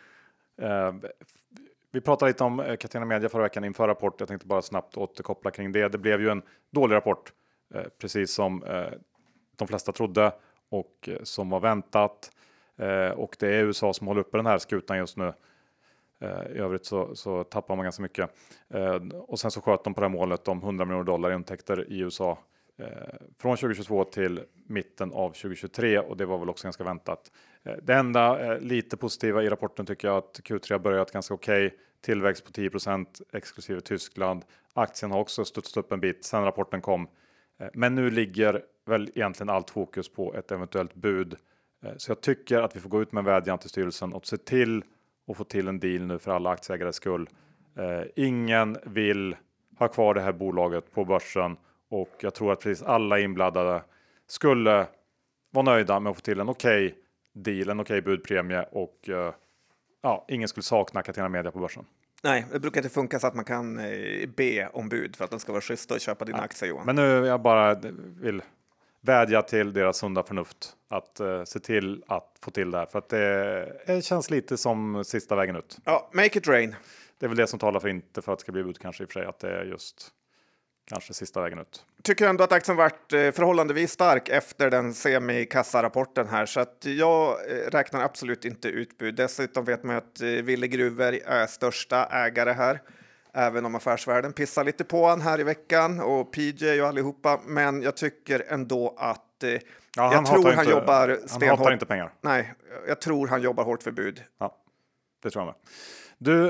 Eh, vi pratade lite om eh, Catena Media förra veckan inför rapport. Jag tänkte bara snabbt återkoppla kring det. Det blev ju en dålig rapport. Eh, precis som eh, de flesta trodde. Och eh, som var väntat. Eh, och det är U S A som håller uppe den här skutan just nu. Eh, I övrigt så, så tappar man ganska mycket. Eh, och sen så sköt de på det här målet om hundra miljoner dollar i intäkter i U S A. Eh, från tjugohundratjugotvå till mitten av tjugohundratjugotre. Och det var väl också ganska väntat. Eh, det enda eh, lite positiva i rapporten tycker jag att Q tre har börjat ganska okej. Okay. Tillväxt på tio procent exklusive Tyskland. Aktien har också studsat upp en bit sen rapporten kom. Eh, men nu ligger väl egentligen allt fokus på ett eventuellt bud. Så jag tycker att vi får gå ut med en vädjan till styrelsen och se till att få till en deal nu för alla aktieägares skull. Eh, ingen vill ha kvar det här bolaget på börsen och jag tror att precis alla inblandade skulle vara nöjda med att få till en okej okay deal, en okej okay budpremie och eh, ja, ingen skulle sakna Catena Media på börsen. Nej, det brukar inte funka så att man kan eh, be om bud för att de ska vara schyssta och köpa dina aktier, Johan. Men nu jag bara vill vädja till deras sunda förnuft att uh, se till att få till det här. För att det, det känns lite som sista vägen ut. Ja, make it rain. Det är väl det som talar för inte för att det ska bli ut kanske i och för sig. Att det är just kanske sista vägen ut. Tycker ändå att aktien varit förhållandevis stark efter den semi-kassa-rapporten här. Så att jag räknar absolut inte utbud. Dessutom vet man att Ville Gruvberg är största ägare här. Även om affärsvärlden pissar lite på han här i veckan och P J och allihopa. Men jag tycker ändå att eh, ja, jag tror han inte, jobbar stenhårt. Han hatar inte pengar. Nej, jag tror han jobbar hårt för bud. Ja, det tror jag med. Du,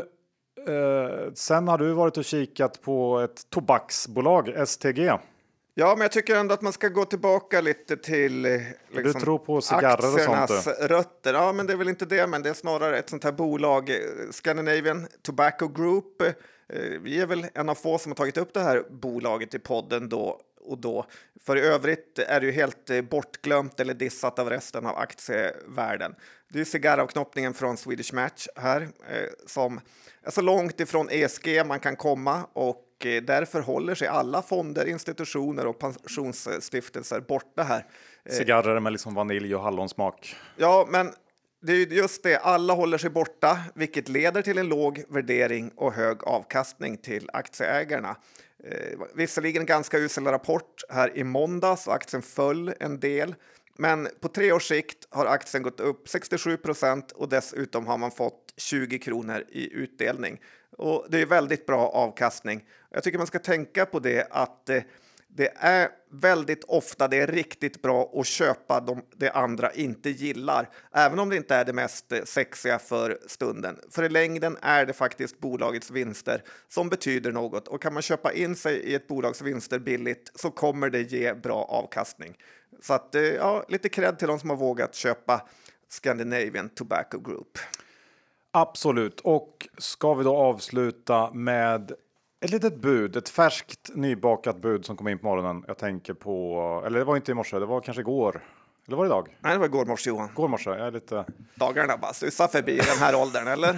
eh, sen har du varit och kikat på ett tobaksbolag, S T G. Ja, men jag tycker ändå att man ska gå tillbaka lite till liksom, du tror på cigarrer och sånt. Rötter. Ja, men det är väl inte det, men det är snarare ett sånt här bolag, Scandinavian Tobacco Group. Vi är väl en av få som har tagit upp det här bolaget i podden då och då. För i övrigt är det ju helt bortglömt eller dissat av resten av aktievärlden. Det är cigarravknoppningen från Swedish Match här som är så långt ifrån E S G man kan komma och därför håller sig alla fonder, institutioner och pensionsstiftelser borta här. Cigarrer med liksom vanilj och hallonsmak. Ja, men det är just det. Alla håller sig borta, vilket leder till en låg värdering och hög avkastning till aktieägarna. Eh, visserligen en ganska usel rapport här i måndags och aktien föll en del. Men på tre års sikt har aktien gått upp sextiosju procent och dessutom har man fått tjugo kronor i utdelning. Och det är väldigt bra avkastning. Jag tycker man ska tänka på det att eh, det är väldigt ofta det är riktigt bra att köpa de, det andra inte gillar. Även om det inte är det mest sexiga för stunden. För i längden är det faktiskt bolagets vinster som betyder något. Och kan man köpa in sig i ett bolags vinster billigt så kommer det ge bra avkastning. Så att, ja, lite cred till de som har vågat köpa Scandinavian Tobacco Group. Absolut. Och ska vi då avsluta med ett litet bud, ett färskt nybakat bud som kom in på morgonen. Jag tänker på, eller det var inte i morse, det var kanske igår. Eller var det idag? Nej, det var igår morse, Johan. Går morse, jag är lite... Dagarna bara susar förbi den här åldern, eller?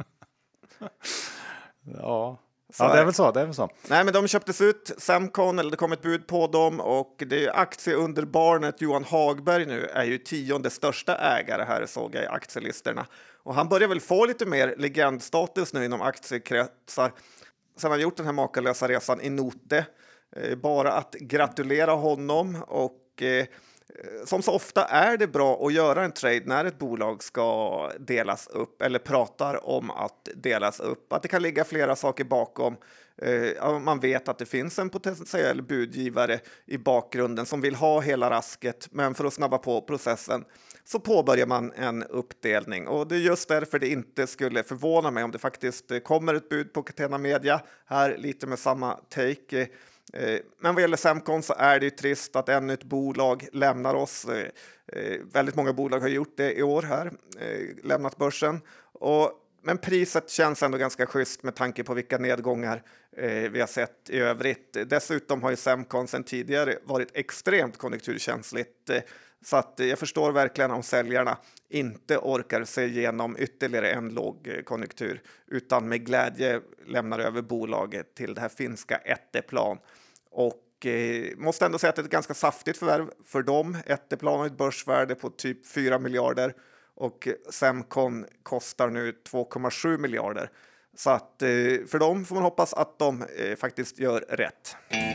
Ja. Ja, det är väl så, det är väl så. Nej, men de köptes ut, Semcon, eller det kom ett bud på dem, och det är aktieunderbarnet Johan Hagberg nu är ju tionde största ägare här, såg jag i aktielistorna. Och han börjar väl få lite mer legendstatus nu inom aktiekretsar sen han gjort den här makalösa resan i Note. Eh, bara att gratulera honom, och eh, som så ofta är det bra att göra en trade när ett bolag ska delas upp eller pratar om att delas upp. Att det kan ligga flera saker bakom. Eh, man vet att det finns en potentiell budgivare i bakgrunden som vill ha hela rasket, men för att snabba på processen så påbörjar man en uppdelning. Och det är just därför det inte skulle förvåna mig om det faktiskt kommer ett bud på Catena Media. Här lite med samma take. Men vad gäller Semcon så är det ju trist att ännu ett bolag lämnar oss. Väldigt många bolag har gjort det i år här, lämnat börsen. Och, men priset känns ändå ganska schysst med tanke på vilka nedgångar vi har sett i övrigt. Dessutom har ju Semcon sedan tidigare varit extremt konjunkturkänsligt. Så att jag förstår verkligen om säljarna inte orkar se igenom ytterligare en låg konjunktur, utan med glädje lämnar över bolaget till det här finska Etteplan. Och eh, måste ändå säga att det är ett ganska saftigt förvärv för dem. Etteplan har ett börsvärde på typ fyra miljarder och Semcon kostar nu två komma sju miljarder. Så att eh, för dem får man hoppas att de eh, faktiskt gör rätt.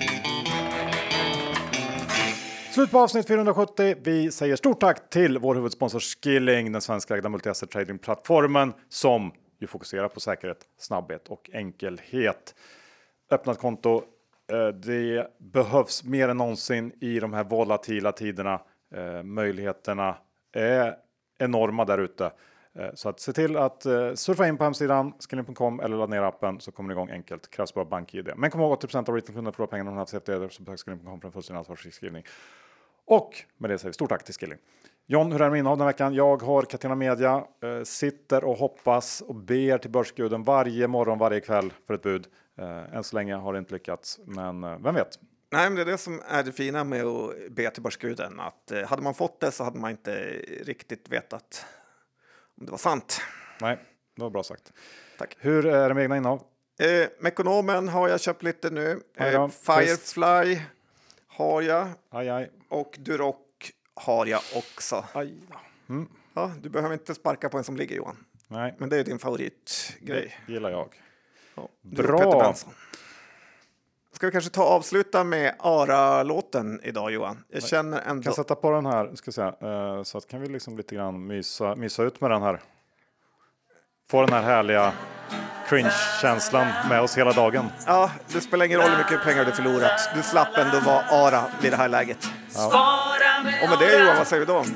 Slut på avsnitt fyrahundrasjuttio. Vi säger stort tack till vår huvudsponsor Skilling, den svenska ägda multi-asset trading-plattformen som ju fokuserar på säkerhet, snabbhet och enkelhet. Öppnat konto, det behövs mer än någonsin i de här volatila tiderna. Möjligheterna är enorma där ute. Så att se till att surfa in på hemsidan skilling punkt com eller ladda ner appen så kommer det igång enkelt. Krävs bara bank-I D. Men kom ihåg att åttio procent av retailkunder förlorar pengarna om de har haft C F D så besök skilling punkt com för en fullständig ansvarsfriskrivning. Och med det säger vi stort tack till Skilling. John, hur är det med innehav den veckan? Jag har Catena Media, eh, sitter och hoppas och ber till börsguden varje morgon, varje kväll för ett bud. Eh, än så länge har det inte lyckats, men eh, vem vet? Nej, men det är det som är det fina med att be till börsguden. Att eh, hade man fått det så hade man inte riktigt vetat om det var sant. Nej, det var bra sagt. Tack. Hur är det med egna innehav? Eh, Mekonomen har jag köpt lite nu. Eh, Firefly har jag. Aj, aj. Och Duroc har jag också. Aj. Mm. Ja, du behöver inte sparka på en som ligger, Johan. Nej. Men det är din favoritgrej. Det gillar jag. Ja, bra. Ska vi kanske ta och avsluta med Ara-låten idag, Johan? Jag Nej. känner ändå... Jag kan sätta på den här, ska säga. Uh, så att kan vi liksom lite grann mysa, mysa ut med den här. Få den här härliga cringe-känslan med oss hela dagen. Ja, det spelar ingen roll hur mycket pengar du förlorat. Du slapp ändå vara Ara vid det här läget. Ja. Och med det, Johan, vad säger du då?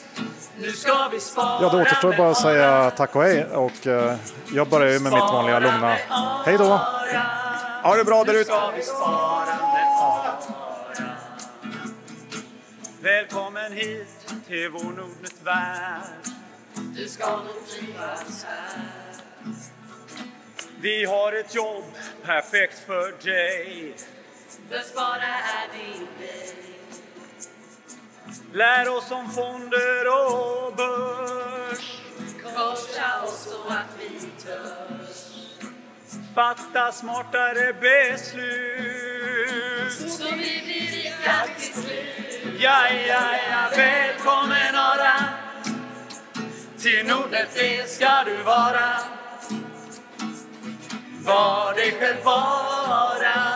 Ja, det återstår bara att säga tack och hej. Och uh, jag börjar ju med mitt vanliga lugna. Hej då! Ha det bra där ute! Välkommen hit till vår Nordnet-värld. Du ska nog trivas här. Vi har ett jobb perfekt för dig. Bespara är din grej. Lär oss om fonder och börs. Korsa oss så att vi törs. Fatta smartare beslut. Så vi blir rika till slut. Ja, ja, ja, välkommen Ara. Till Nordnet det ska du vara. Var dig själv vara.